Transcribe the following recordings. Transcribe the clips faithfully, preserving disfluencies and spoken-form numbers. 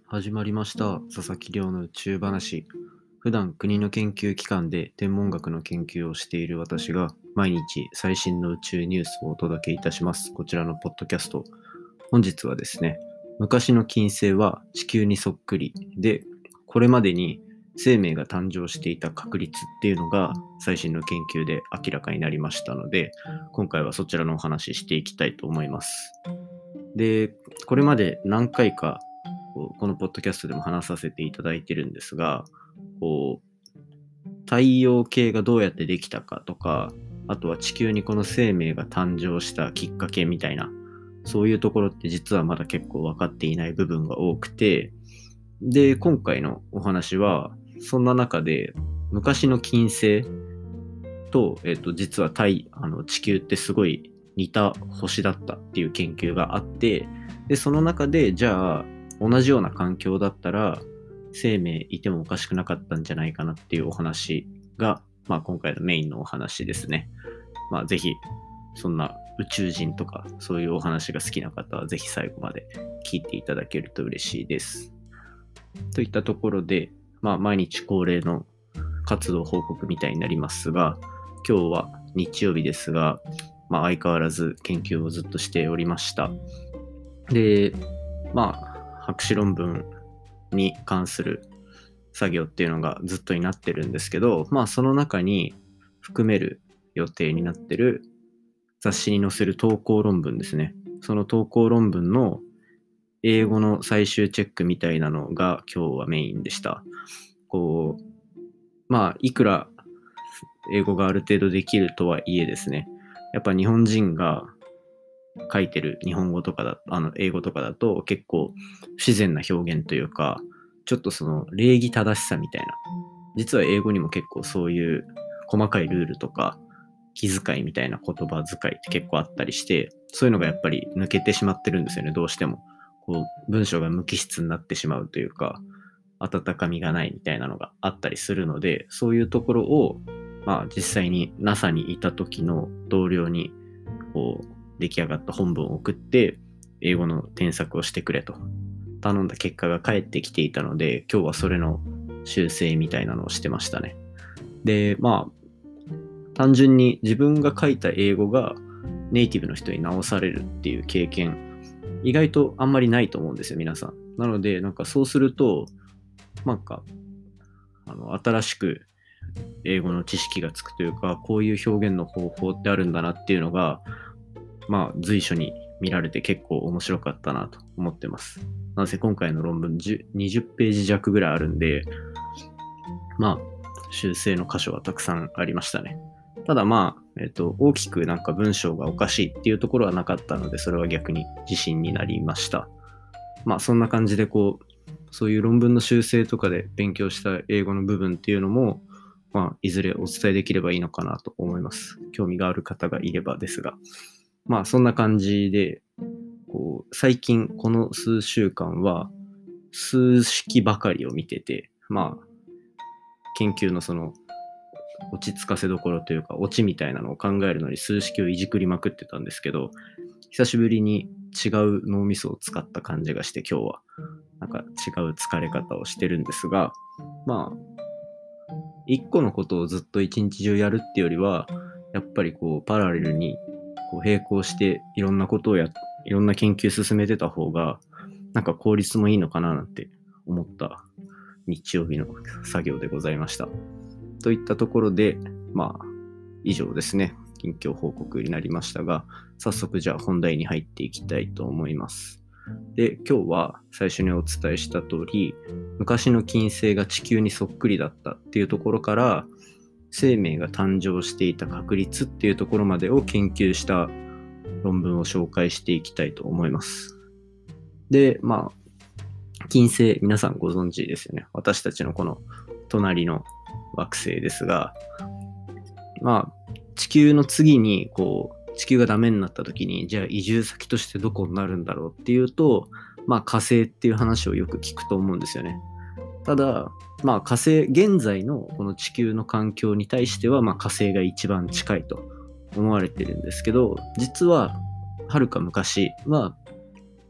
始まりました。佐々木亮の宇宙話。普段国の研究機関で天文学の研究をしている私が毎日最新の宇宙ニュースをお届けいたします。こちらのポッドキャスト。本日はですね、昔の金星は地球にそっくりで、これまでに生命が誕生していた確率っていうのが最新の研究で明らかになりましたので、今回はそちらのお話ししていきたいと思います。で、これまで何回かこうこのポッドキャストでも話させていただいてるんですが、こう太陽系がどうやってできたかとか、あとは地球にこの生命が誕生したきっかけみたいな、そういうところって実はまだ結構分かっていない部分が多くて、で、今回のお話は、そんな中で昔の金星と、えっと、実は太あの地球ってすごい似た星だったっていう研究があって、で、その中で、じゃあ、同じような環境だったら、生命いてもおかしくなかったんじゃないかなっていうお話が、まあ今回のメインのお話ですね。まあぜひ、そんな宇宙人とか、そういうお話が好きな方は、ぜひ最後まで聞いていただけると嬉しいです。といったところで、まあ毎日恒例の活動報告みたいになりますが、今日は日曜日ですが、まあ相変わらず研究をずっとしておりました。で、まあ博士論文に関する作業っていうのがずっとになってるんですけど、まあその中に含める予定になってる雑誌に載せる投稿論文ですね。その投稿論文の英語の最終チェックみたいなのが今日はメインでした。こう、まあいくら英語がある程度できるとはいえですね、やっぱ日本人が書いてる日本語とかだ、あの英語とかだと結構不自然な表現というか、ちょっとその礼儀正しさみたいな。実は英語にも結構そういう細かいルールとか気遣いみたいな言葉遣いって結構あったりして、そういうのがやっぱり抜けてしまってるんですよね、どうしても。こう文章が無機質になってしまうというか、温かみがないみたいなのがあったりするので、そういうところを、まあ実際に ナサ にいた時の同僚にこう出来上がった本文を送って英語の添削をしてくれと頼んだ結果が返ってきていたので、今日はそれの修正みたいなのをしてましたね。で、まあ単純に自分が書いた英語がネイティブの人に直されるっていう経験、意外とあんまりないと思うんですよ、皆さん。なので、なんかそうすると、なんかあの新しく英語の知識がつくというか、こういう表現の方法ってあるんだなっていうのが、まあ随所に見られて結構面白かったなと思ってます。なぜ今回の論文にじゅうページ弱ぐらいあるんで、まあ修正の箇所はたくさんありましたね。ただまあ、えっと、大きくなんか文章がおかしいっていうところはなかったので、それは逆に自信になりました。まあそんな感じでこう、そういう論文の修正とかで勉強した英語の部分っていうのも、まあ、いずれお伝えできればいいのかなと思います。興味がある方がいればですが。まあ、そんな感じで、こう最近この数週間は、数式ばかりを見てて、まあ、研究のその、落ち着かせどころというか、オチみたいなのを考えるのに数式をいじくりまくってたんですけど、久しぶりに違う脳みそを使った感じがして、今日はなんか違う疲れ方をしてるんですが、まあ一個のことをずっと一日中やるっていうよりは、やっぱりこうパラレルにこう並行していろんなことをやいろんな研究進めてた方がなんか効率もいいのかななんて思った日曜日の作業でございました。といったところで、まあ以上ですね。近況報告になりましたが、早速じゃあ本題に入っていきたいと思います。で、今日は最初にお伝えした通り、昔の金星が地球にそっくりだったっていうところから、生命が誕生していた確率っていうところまでを研究した論文を紹介していきたいと思います。で、まあ、金星、皆さんご存知ですよね。私たちのこの隣の惑星ですが、まあ、地球の次にこう地球がダメになった時に、じゃあ移住先としてどこになるんだろうっていうと、まあ火星っていう話をよく聞くと思うんですよね。ただ、まあ火星、現在のこの地球の環境に対しては、まあ火星が一番近いと思われてるんですけど、実は、はるか昔は、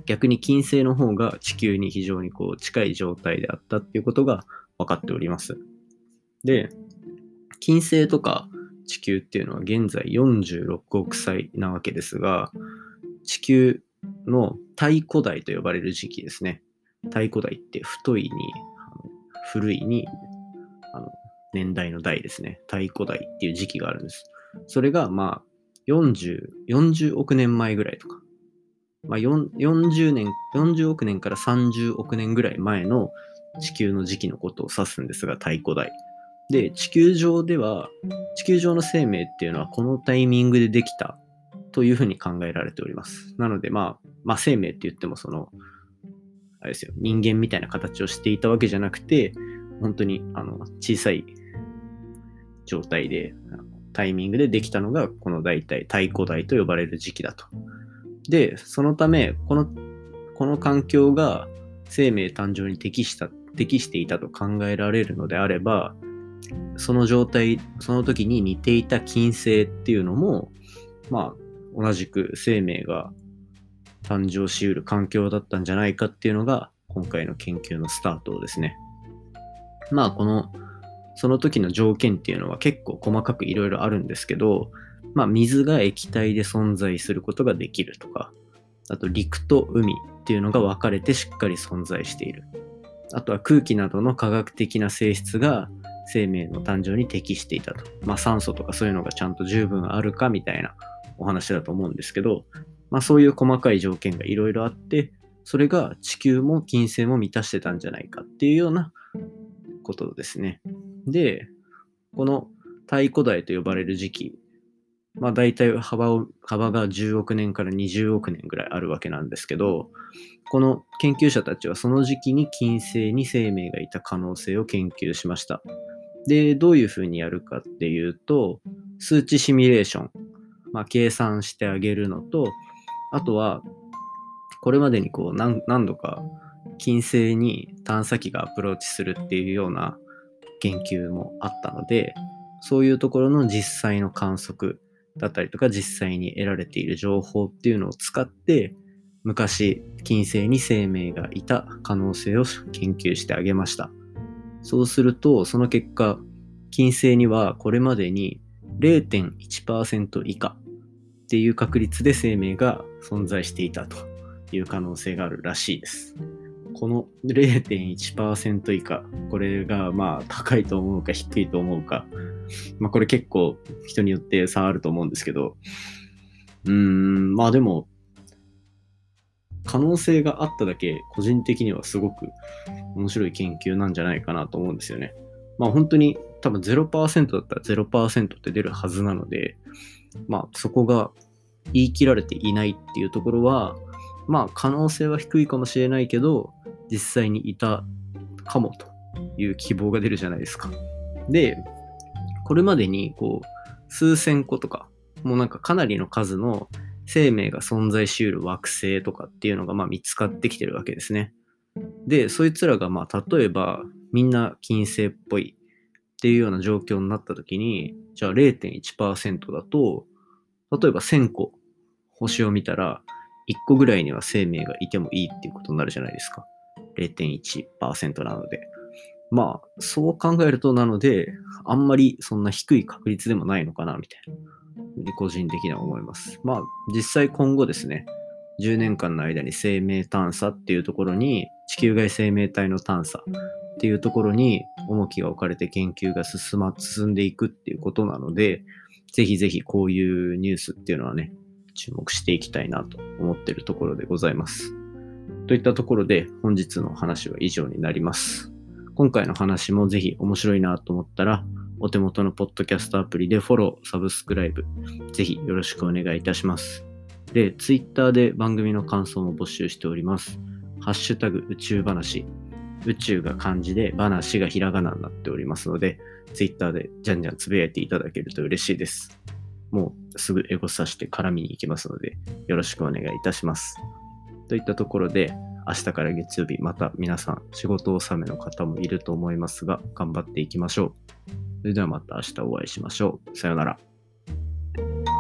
逆に金星の方が地球に非常にこう近い状態であったっていうことが分かっております。で、金星とか地球っていうのは現在よんじゅうろくおくさいなわけですが、地球の太古代と呼ばれる時期ですね。太古代って太いに、あの古いに、あの年代の代ですね。太古代っていう時期があるんです。それがまあよんじゅう、よんじゅうおくねんまえぐらいとか、まあ、よんじゅうねん、よんじゅうおくねんからさんじゅうおくねんぐらい前の地球の時期のことを指すんですが、太古代。で、地球上では、地球上の生命っていうのはこのタイミングでできたというふうに考えられております。なので、まあ、まあ、生命って言ってもその、あれですよ、人間みたいな形をしていたわけじゃなくて、本当にあの小さい状態で、タイミングでできたのが、この大体太古代と呼ばれる時期だと。で、そのため、この、この環境が生命誕生に適した、適していたと考えられるのであれば、その状態、その時に似ていた金星っていうのも、まあ、同じく生命が誕生し得る環境だったんじゃないかっていうのが、今回の研究のスタートですね。まあ、この、その時の条件っていうのは結構細かくいろいろあるんですけど、まあ、水が液体で存在することができるとか、あと陸と海っていうのが分かれてしっかり存在している。あとは空気などの化学的な性質が生命の誕生に適していたと。まあ、酸素とかそういうのがちゃんと十分あるかみたいなお話だと思うんですけど、まあ、そういう細かい条件がいろいろあって、それが地球も金星も満たしてたんじゃないかっていうようなことですね。で、この太古代と呼ばれる時期、まあ大体幅を、幅がじゅうおくねんからにじゅうおくねんぐらいあるわけなんですけど、この研究者たちはその時期に金星に生命がいた可能性を研究しました。で、どういうふうにやるかっていうと、数値シミュレーション、まあ、計算してあげるのと、あとは、これまでにこう何、何度か金星に探査機がアプローチするっていうような研究もあったので、そういうところの実際の観測だったりとか、実際に得られている情報っていうのを使って、昔金星に生命がいた可能性を研究してあげました。そうすると、その結果、金星にはこれまでに れいてんいちパーセント 以下っていう確率で生命が存在していたという可能性があるらしいです。この れいてんいちパーセント 以下、これがまあ高いと思うか低いと思うか、まあこれ結構人によって差あると思うんですけど、うーん、まあでも、可能性があっただけ個人的にはすごく面白い研究なんじゃないかなと思うんですよね。まあ本当に多分 ゼロパーセント だったら ゼロパーセント って出るはずなので、まあそこが言い切られていないっていうところは、まあ可能性は低いかもしれないけど、実際にいたかもという希望が出るじゃないですか。で、これまでにこう数千個とか、もうなんかかなりの数の生命が存在し得る惑星とかっていうのがまあ見つかってきてるわけですね。で、そいつらがまあ例えばみんな金星っぽいっていうような状況になった時に、じゃあ れいてんいちパーセント だと、例えばせんこ星を見たらいっこぐらいには生命がいてもいいっていうことになるじゃないですか。れいてんいちパーセント なので。まあ、そう考えると、なので、あんまりそんな低い確率でもないのかな、みたいな、個人的には思います。まあ、実際今後ですね、じゅうねんかんの間に生命探査っていうところに、地球外生命体の探査っていうところに重きが置かれて研究が進ま、進んでいくっていうことなので、ぜひぜひこういうニュースっていうのはね、注目していきたいなと思っているところでございます。といったところで本日の話は以上になります。今回の話もぜひ面白いなと思ったら、お手元のポッドキャストアプリでフォロー、サブスクライブ、ぜひよろしくお願いいたします。で、ツイッターで番組の感想も募集しております。ハッシュタグ宇宙話。宇宙が漢字で、話がひらがなになっておりますので、ツイッターでじゃんじゃんつぶやいていただけると嬉しいです。もうすぐエゴさして絡みに行きますので、よろしくお願いいたします。といったところで、明日から月曜日、また皆さん仕事納めの方もいると思いますが、頑張っていきましょう。それではまた明日お会いしましょう。さようなら。